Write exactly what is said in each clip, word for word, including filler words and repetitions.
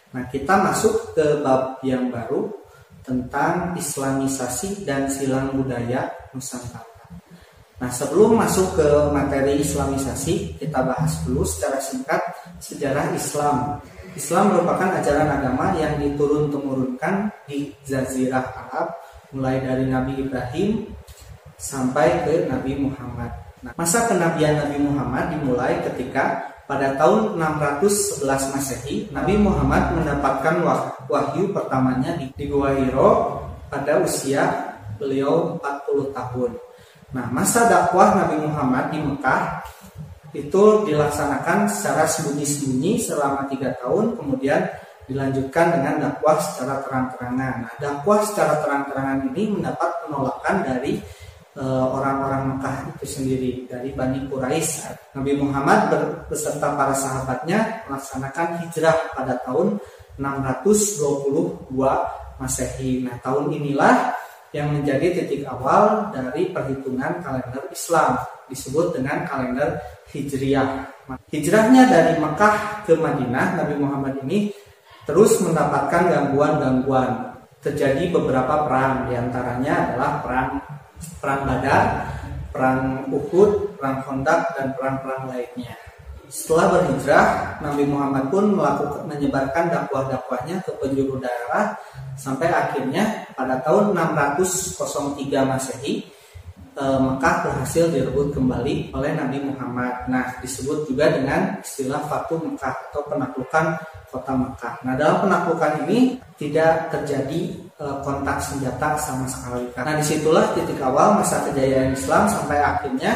Nah, kita masuk ke bab yang baru tentang Islamisasi dan silang budaya Nusantara. Nah, sebelum masuk ke materi Islamisasi, kita bahas dulu secara singkat sejarah Islam. Islam merupakan ajaran agama yang diturun-temurunkan di Jazirah Arab, mulai dari Nabi Ibrahim sampai ke Nabi Muhammad. Nah, masa kenabian Nabi Muhammad dimulai ketika pada tahun enam ratus sebelas Masehi, Nabi Muhammad mendapatkan wahyu pertamanya di Gua Hiro pada usia beliau empat puluh tahun. Nah, masa dakwah Nabi Muhammad di Mekah itu dilaksanakan secara sembunyi-sembunyi selama tiga tahun, kemudian dilanjutkan dengan dakwah secara terang-terangan. Nah, dakwah secara terang-terangan ini mendapat penolakan dari e, orang-orang Mekah itu sendiri, dari Bani Quraisy. Nabi Muhammad beserta para sahabatnya melaksanakan hijrah pada tahun enam ratus dua puluh dua Masehi. Nah, tahun inilah yang menjadi titik awal dari perhitungan kalender Islam, disebut dengan kalender Hijriyah. Hijrahnya dari Mekah ke Madinah, Nabi Muhammad ini terus mendapatkan gangguan-gangguan. Terjadi beberapa perang, diantaranya adalah perang perang Badar, perang Uhud, perang Khandaq, dan perang-perang lainnya. Setelah berhijrah, Nabi Muhammad pun melakukan menyebarkan dakwah-dakwahnya ke penjuru daerah sampai akhirnya pada tahun enam ratus tiga Masehi Mekah berhasil direbut kembali oleh Nabi Muhammad. Nah, disebut juga dengan istilah Fatu Mekah atau penaklukan kota Mekah. Nah, dalam penaklukan ini tidak terjadi e, kontak senjata sama sekali. Nah, disitulah titik awal masa kejayaan Islam sampai akhirnya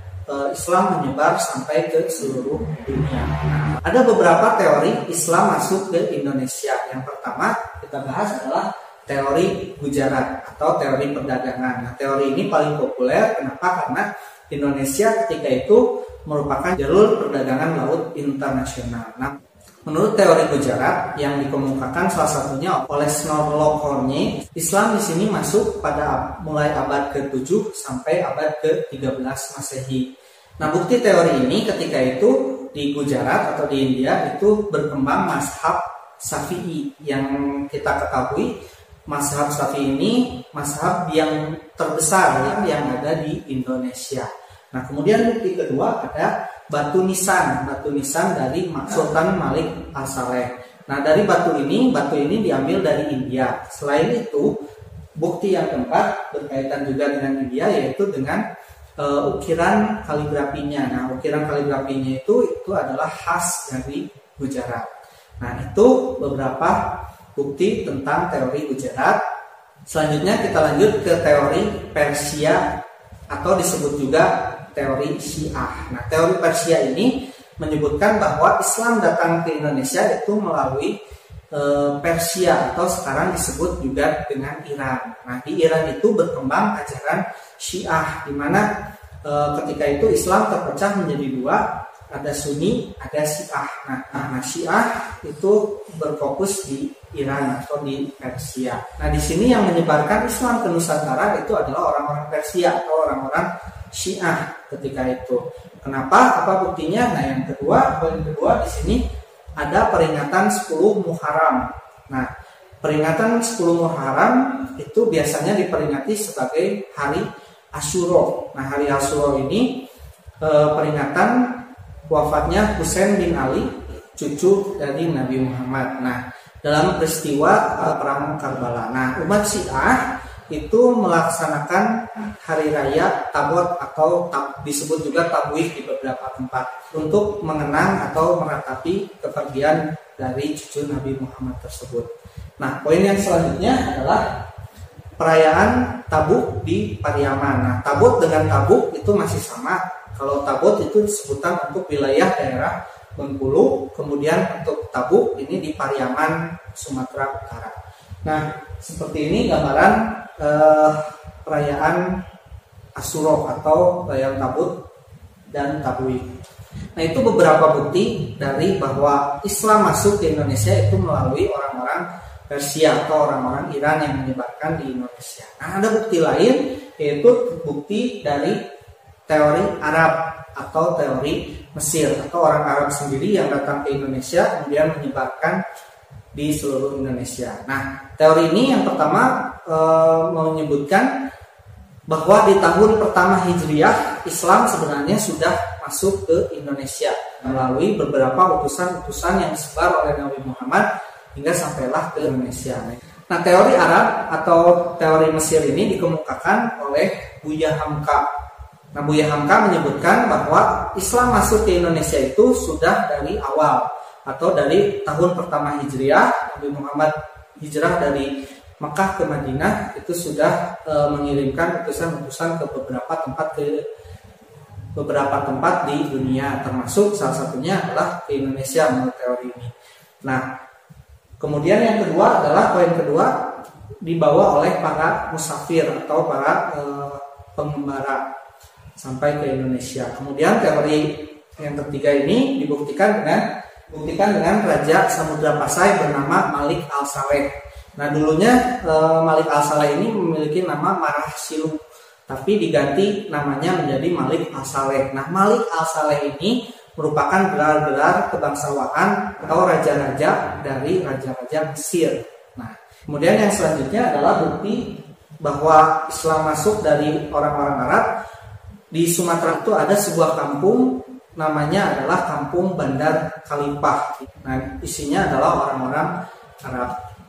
Islam menyebar sampai ke seluruh dunia. Nah, ada beberapa teori Islam masuk ke Indonesia. Yang pertama kita bahas adalah teori Gujarat atau teori perdagangan. Nah, teori ini paling populer. Kenapa? Karena Indonesia ketika itu merupakan jalur perdagangan laut internasional. Nah, menurut teori Gujarat yang dikemukakan salah satunya oleh Snorlok Horney, Islam di sini masuk pada mulai abad ke tujuh sampai abad ke tiga belas Masehi. Nah, bukti teori ini ketika itu di Gujarat atau di India itu berkembang mazhab Syafi'i. Yang kita ketahui mazhab Syafi'i ini mazhab yang terbesar yang ada di Indonesia. Nah, kemudian bukti kedua ada batu nisan, batu nisan dari Sultan Malik Al-Saleh. Nah, dari batu ini, batu ini diambil dari India. Selain itu, bukti yang keempat berkaitan juga dengan India, yaitu dengan uh, ukiran kaligrafinya. Nah, ukiran kaligrafinya itu itu adalah khas dari Gujarat. Nah, itu beberapa bukti tentang teori Gujarat. Selanjutnya kita lanjut ke teori Persia atau disebut juga teori Syiah. Nah, teori Persia ini menyebutkan bahwa Islam datang ke Indonesia itu melalui e, Persia atau sekarang disebut juga dengan Iran. Nah, di Iran itu berkembang ajaran Syiah, di mana e, ketika itu Islam terpecah menjadi dua, ada Sunni, ada Syiah. Nah, nah Syiah itu berfokus di Iran atau di Persia. Nah, di sini yang menyebarkan Islam ke Nusantara itu adalah orang-orang Persia atau orang-orang Syiah ketika itu. Kenapa? Apa buktinya? Nah, yang kedua, poin kedua di sini ada peringatan sepuluh Muharram. Nah, peringatan sepuluh Muharram itu biasanya diperingati sebagai hari Asyura. Nah, hari Asyura ini e, peringatan wafatnya Husain bin Ali, cucu dari Nabi Muhammad. Nah, dalam peristiwa e, perang Karbala. Nah, umat Syiah itu melaksanakan hari raya Tabot atau tab, disebut juga Tabwih di beberapa tempat untuk mengenang atau meratapi kepergian dari cucu Nabi Muhammad tersebut. Nah, poin yang selanjutnya adalah perayaan Tabuk di Pariaman. Nah, Tabuk dengan Tabuk itu masih sama. Kalau Tabuk itu sebutan untuk wilayah daerah Bengkulu, kemudian untuk Tabuk ini di Pariaman, Sumatera Utara. Nah, seperti ini gambaran Eh, perayaan Asyura atau perayaan Tabut dan Tabwih. Nah, itu beberapa bukti dari bahwa Islam masuk ke Indonesia itu melalui orang-orang Persia atau orang-orang Iran yang menyebarkan di Indonesia. Nah, ada bukti lain, yaitu bukti dari teori Arab atau teori Mesir atau orang Arab sendiri yang datang ke Indonesia kemudian menyebarkan di seluruh Indonesia. Nah, teori ini yang pertama e, menyebutkan bahwa di tahun pertama Hijriah Islam sebenarnya sudah masuk ke Indonesia melalui beberapa utusan-utusan yang disebar oleh Nabi Muhammad hingga sampailah ke Indonesia. Nah, teori Arab atau teori Mesir ini dikemukakan oleh Buya Hamka. Nah, Buya Hamka menyebutkan bahwa Islam masuk ke Indonesia itu sudah dari awal atau dari tahun pertama Hijriah. Nabi Muhammad hijrah dari Mekah ke Madinah itu sudah e, mengirimkan utusan-utusan ke beberapa tempat ke beberapa tempat di dunia, termasuk salah satunya adalah ke Indonesia menurut teori ini. Nah, kemudian yang kedua adalah poin kedua dibawa oleh para musafir atau para e, pengembara sampai ke Indonesia. Kemudian teori yang ketiga ini dibuktikan dengan buktikan dengan Raja Samudra Pasai bernama Malik Al-Saleh. Nah, dulunya e, Malik Al-Saleh ini memiliki nama Marah Siluk, tapi diganti namanya menjadi Malik Al-Saleh. Nah, Malik Al-Saleh ini merupakan gelar-gelar kebangsawaan atau raja-raja dari raja-raja Mesir. Nah, kemudian yang selanjutnya adalah bukti bahwa Islam masuk dari orang-orang Arab. Di Sumatera itu ada sebuah kampung namanya adalah Kampung Bandar Kalipah. Nah, isinya adalah orang-orang Arab.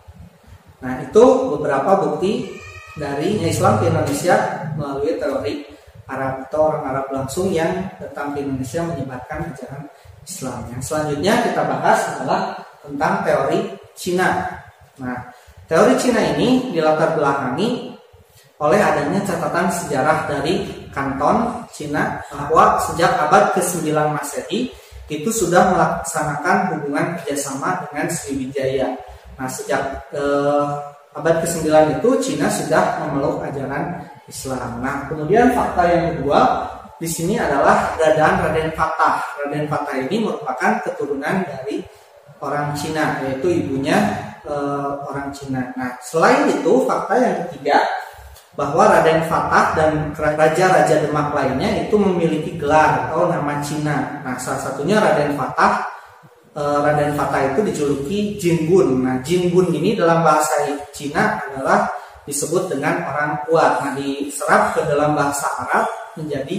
Nah, itu beberapa bukti dari Islam ke Indonesia melalui teori Arab atau orang Arab langsung yang datang ke Indonesia menyebarkan ajaran Islam. Yang selanjutnya kita bahas adalah tentang teori Cina. Nah, teori Cina ini dilatar belakangi oleh adanya catatan sejarah dari Kanton Cina bahwa sejak abad kesembilan Masehi itu sudah melaksanakan hubungan kerjasama dengan Sriwijaya. Nah, sejak eh, abad kesembilan itu Cina sudah memeluk ajaran Islam. Nah, kemudian fakta yang kedua di sini adalah keberadaan Raden Fatah. Raden Fatah ini merupakan keturunan dari orang Cina, yaitu ibunya e, orang Cina. Nah, selain itu fakta yang ketiga bahwa Raden Fatah dan raja-raja Demak lainnya itu memiliki gelar atau nama Cina. Nah, salah satunya Raden Fatah. E, Raden Fatah itu dijuluki Jinbun. Nah, Jinbun ini dalam bahasa Cina adalah disebut dengan orang kuat. Nah, diserap ke dalam bahasa Arab menjadi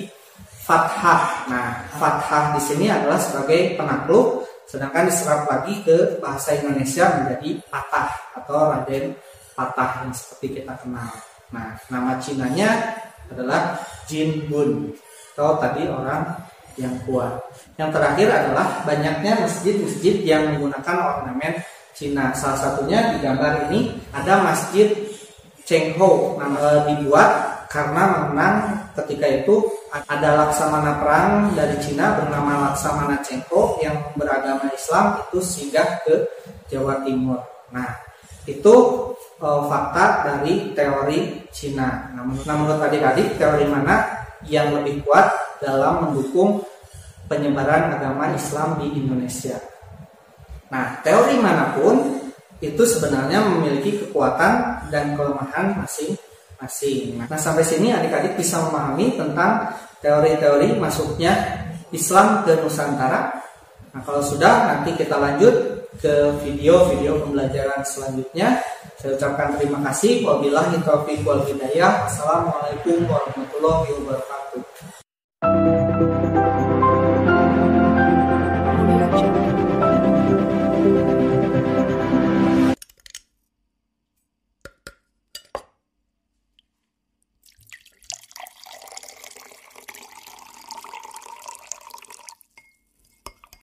Fathah. Nah, Fathah di sini adalah sebagai penakluk, sedangkan diserap lagi ke bahasa Indonesia menjadi Patah atau Raden Patah yang seperti kita kenal. Nah, nama Cinanya adalah Jinbun atau tadi orang yang kuat. Yang terakhir adalah banyaknya masjid-masjid yang menggunakan ornamen Cina. Salah satunya di gambar ini ada Masjid Chengho. Nah, dibuat karena memang ketika itu ada laksamana perang dari Cina bernama Laksamana Chengho yang beragama Islam itu singgah ke Jawa Timur. Nah, itu e, fakta dari teori Cina. Nah, menurut, nah, menurut adik-adik, teori mana yang lebih kuat dalam mendukung penyebaran agama Islam di Indonesia? Nah, teori manapun itu sebenarnya memiliki kekuatan dan kelemahan masing-masing. Nah, sampai sini adik-adik bisa memahami tentang teori-teori masuknya Islam ke Nusantara. Nah, kalau sudah, nanti kita lanjut ke video-video pembelajaran selanjutnya. Saya ucapkan terima kasih. Wabillahi taufiq wal hidayah. Assalamualaikum warahmatullahi wabarakatuh.